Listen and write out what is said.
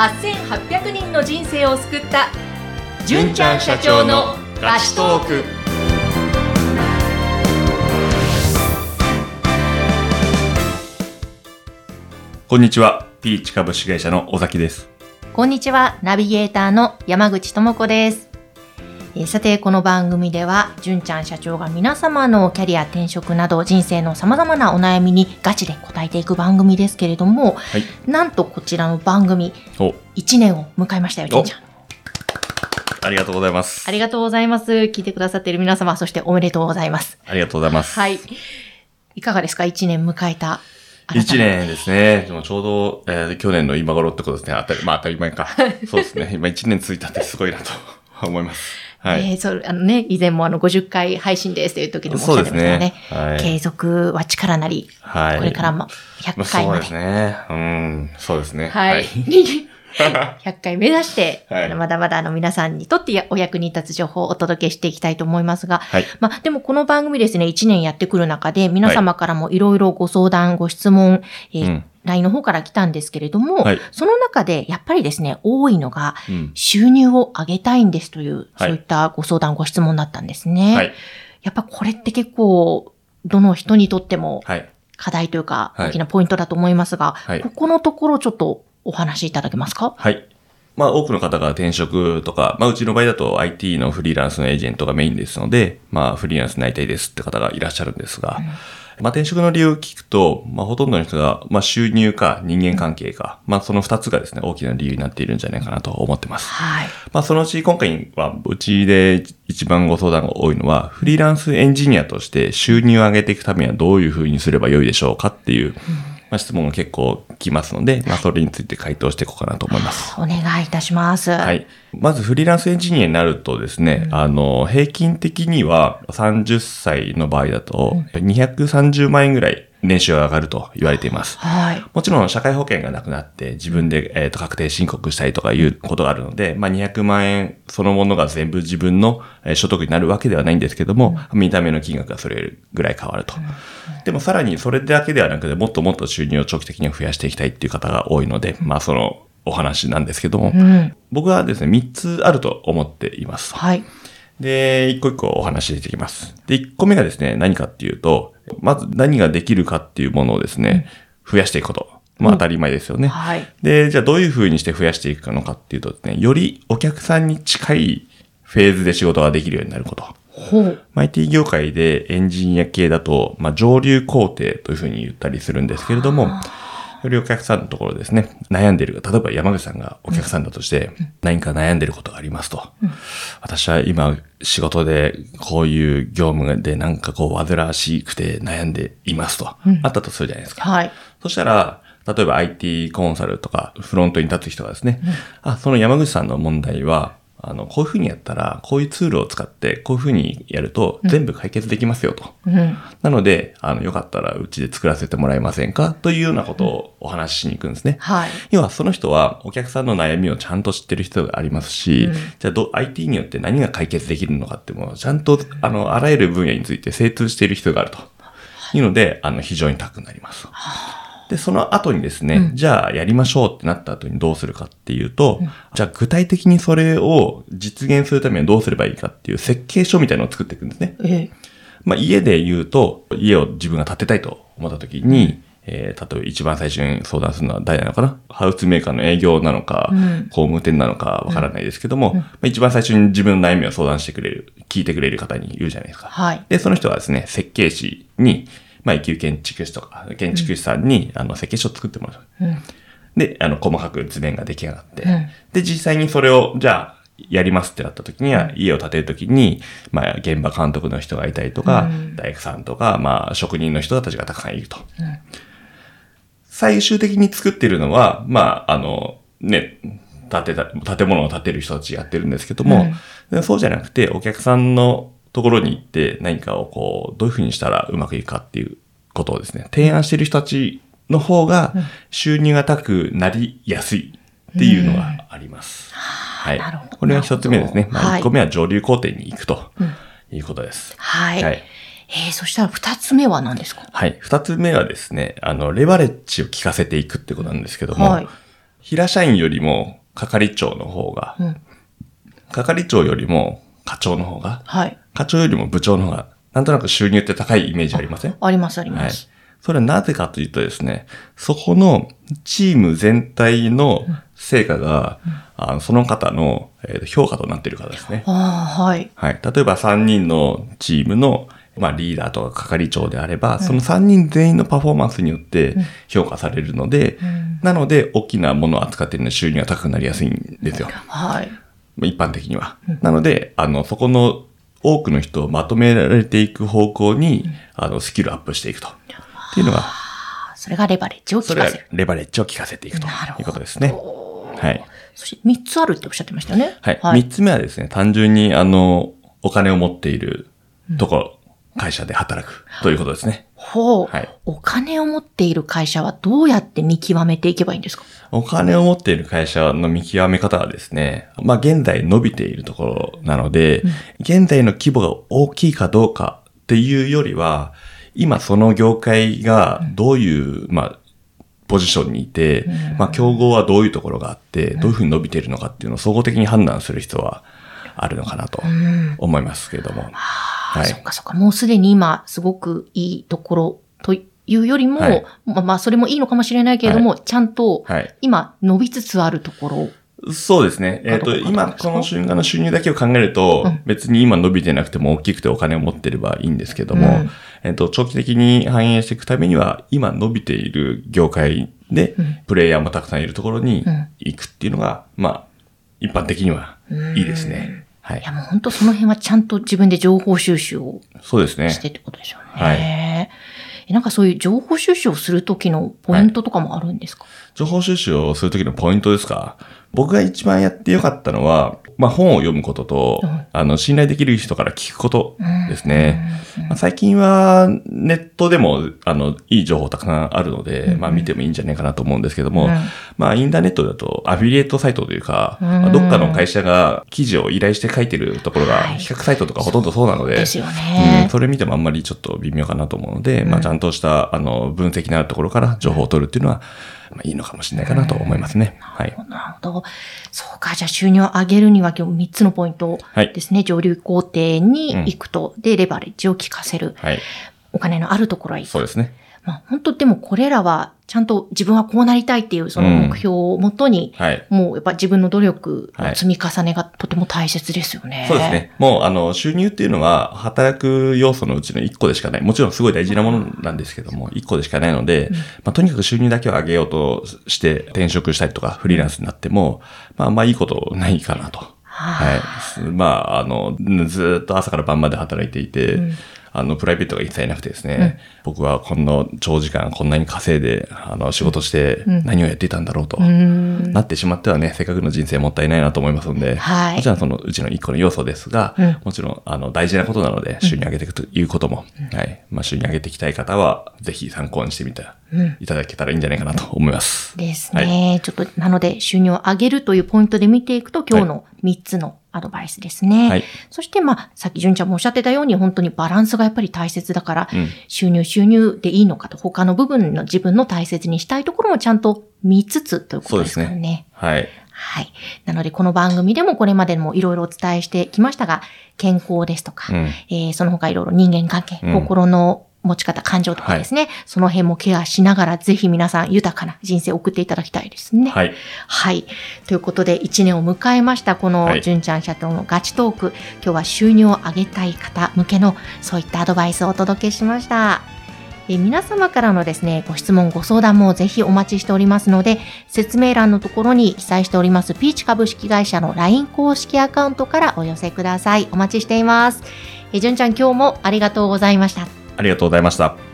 8800人の人生を救った純ちゃん社長のガチトーク。 こんにちは、ピーチ株式会社の尾崎です。 こんにちは、ナビゲーターの山口智子です。さて、この番組では純ちゃん社長が皆様のキャリア転職など人生の様々なお悩みにガチで答えていく番組ですけれども、はい、なんとこちらの番組1年を迎えましたよ、純ちゃん。 ありがとうございます。 ありがとうございます。聞いてくださっている皆様、そしておめでとうございます。 ありがとうございます。 はい。いかがですか、1年迎えた。 1年ですね。でもちょうど、去年の今頃ってことですね。当たり前か。そうですね。今1年続いたってすごいなと思います。はい。 以前も50回配信ですという時にもおっしゃってましたよね。はい、継続は力なり。はい。これからも100回まで。 そうですね。そうですね。 はい。100回目指して、はい、まだまだ皆さんにとってお役に立つ情報をお届けしていきたいと思いますが、はい、でもこの番組ですね、1年やってくる中で皆様からもいろいろご相談、ご質問、LINE の方から来たんですけれども、はい、その中でやっぱりですね、多いのが、収入を上げたいんですという、そういったご相談、ご質問だったんですね。はい、やっぱこれって結構、どの人にとっても課題というか、大きなポイントだと思いますが、ここのところちょっとお話しいただけますか？ はい。多くの方が転職とか、うちの場合だと IT のフリーランスのエージェントがメインですので、フリーランスになりたいですって方がいらっしゃるんですが、転職の理由を聞くと、ほとんどの人が、収入か人間関係か、その2つがですね、大きな理由になっているんじゃないかなと思ってます。はい。そのうち今回は、うちで一番ご相談が多いのは、フリーランスエンジニアとして収入を上げていくためにはどういうふうにすればよいでしょうかっていう、質問が結構来ますので、それについて回答していこうかなと思います。 お願いいたします。 はい。まずフリーランスエンジニアになるとですね、平均的には30歳の場合だと、230万円ぐらい年収が上がると言われています。はい。もちろん社会保険がなくなって自分で、確定申告したりとかいうことがあるので、200万円そのものが全部自分の所得になるわけではないんですけども、見た目の金額がそれぐらい変わると。でもさらにそれだけではなくて、もっともっと収入を長期的に増やしていきたいっていう方が多いので、そのお話なんですけども、僕はですね、3つあると思っています。はい。で、一個一個お話ししていきます。で、1個目がですね、何かっていうと、まず何ができるかっていうものをですね、増やしていくこと。当たり前ですよね。はい。で、じゃあどういう風にして増やしていくのかっていうとですね、よりお客さんに近いフェーズで仕事ができるようになること。IT 業界でエンジニア系だと、上流工程という風に言ったりするんですけれども、よりお客さんのところですね、悩んでいる、例えば山口さんがお客さんだとして、何か悩んでいることがありますと。私は今仕事でこういう業務で煩わしくて悩んでいますと。あったとするじゃないですか。はい。そしたら、例えば IT コンサルとかフロントに立つ人がですね、その山口さんの問題は、こういう風にやったら、こういうツールを使って、こういう風にやると、全部解決できますよと。なので、よかったら、うちで作らせてもらえませんかというようなことをお話ししに行くんですね。はい。要は、その人は、お客さんの悩みをちゃんと知ってる人がありますし、じゃあIT によって何が解決できるのかっていうものを、ちゃんと、あらゆる分野について精通している人があると。いうので、非常に高くなります。で、その後にですね、じゃあやりましょうってなった後にどうするかっていうと、じゃあ具体的にそれを実現するためにはどうすればいいかっていう設計書みたいなのを作っていくんですね。家で言うと、家を自分が建てたいと思った時に、例えば一番最初に相談するのは誰なのかな？ハウスメーカーの営業なのか、工務店なのかわからないですけども、一番最初に自分の悩みを相談してくれる、聞いてくれる方にいるじゃないですか。はい。で、その人はですね、設計士に、一級建築士とか、建築士さんに、設計書を作ってもらう。で、細かく図面が出来上がって、で、実際にそれを、じゃあ、やりますってなった時には、家を建てる時に、現場監督の人がいたりとか、大工さんとか、職人の人たちがたくさんいると。最終的に作っているのは、建物を建てる人たちやってるんですけども、そうじゃなくて、お客さんのところに行って何かをどういうふうにしたらうまくいくかっていうことをですね、提案している人たちの方が収入が高くなりやすいっていうのがあります。はい。なるほど。これが一つ目ですね。一個目は上流工程に行くということです。 はい。はい。そしたら二つ目は何ですか？ はい。二つ目はですね、レバレッジを効かせていくってことなんですけども、はい。 平社員よりも係長の方が、係長よりも課長の方が、課長よりも部長の方が、なんとなく収入って高いイメージありません？ あります、あります。 それはなぜかというとですね、そこのチーム全体の成果が、その方の評価となっているからですね。例えば3人のチームのリーダーとか係長であれば、その3人全員のパフォーマンスによって評価されるので、なので大きなものを扱っているので収入が高くなりやすいんですよ。一般的には。なので、そこの多くの人をまとめられていく方向に、スキルアップしていくと。っていうのが、 それがレバレッジを効かせる。 それがレバレッジを効かせていくということですね。 そして3つあるっておっしゃってましたよね。 3つ目はですね、単純にお金を持っているところ、会社で働くということですね。 お金を持っている会社はどうやって見極めていけばいいんですか？ お金を持っている会社の見極め方はですね、現在伸びているところなので、現在の規模が大きいかどうかっていうよりは、今その業界がどういう、ポジションにいて、競合はどういうところがあって、どういうふうに伸びているのかっていうのを総合的に判断する必要はあるのかなと思いますけれども。 そっかそっか。もうすでに今すごくいいところというよりも、それもいいのかもしれないけれども、ちゃんと今伸びつつあるところ。 そうですね。今この瞬間の収入だけを考えると、別に今伸びてなくても大きくてお金を持ってればいいんですけども、長期的に反映していくためには、今伸びている業界で、プレイヤーもたくさんいるところに行くっていうのが、一般的にはいいですね。 いやもう本当その辺はちゃんと自分で情報収集をしてってことでしょうね。なんかそういう情報収集をするときのポイントとかもあるんですか？ 情報収集をするときのポイントですか？僕が一番やってよかったのは、本を読むことと、信頼できる人から聞くことですね。最近はネットでも、いい情報たくさんあるので、見てもいいんじゃないかなと思うんですけども、インターネットだとアフィリエイトサイトというか、どっかの会社が記事を依頼して書いてるところが、比較サイトとかほとんどそうなので、 ですよね。 それ見てもあんまりちょっと微妙かなと思うので、ちゃんとした、分析のあるところから情報を取るっていうのは、いいのかもしれないかなと思いますね。 なるほど。そうか。じゃあ収入を上げるには今日3つのポイントですね。上流工程に行くと。で、レバレッジを効かせる。お金のあるところへ行く。 そうですね。 本当でもこれらはちゃんと自分はこうなりたいっていうその目標をもとに、もうやっぱ自分の努力の積み重ねがとても大切ですよね。 そうですね。もう収入っていうのは働く要素のうちの1個でしかない。もちろんすごい大事なものなんですけども、1個でしかないので、とにかく収入だけを上げようとして転職したりとかフリーランスになっても、いいことないかなと。ずっと朝から晩まで働いていて、プライベートが一切なくてですね、僕はこの長時間こんなに稼いで、仕事して何をやっていたんだろうと、なってしまってはね、せっかくの人生もったいないなと思いますので、もちろんそのうちの一個の要素ですが、もちろん、大事なことなので、収入上げていくということも、収入上げていきたい方は、ぜひ参考にしてみていただけたらいいんじゃないかなと思います。 ですね。ちょっと、なので、収入を上げるというポイントで見ていくと、今日の3つのアドバイスですね。そして、さっき純ちゃんもおっしゃってたように、本当にバランスがやっぱり大切だから、収入でいいのかと、他の部分の自分の大切にしたいところもちゃんと見つつということですからね。そうですね。なので、この番組でもこれまでもいろいろお伝えしてきましたが、健康ですとか、その他いろいろ人間関係、心の持ち方、感情とかですね、その辺もケアしながら、ぜひ皆さん豊かな人生を送っていただきたいですね。ということで、1年を迎えました、この純ちゃん社長のガチトーク。今日は収入を上げたい方向けの、そういったアドバイスをお届けしました。皆様からのですね、ご質問、ご相談もぜひお待ちしておりますので、説明欄のところに記載しております、ピーチ株式会社の LINE 公式アカウントからお寄せください。お待ちしています。純ちゃん、今日もありがとうございました。 ありがとうございました。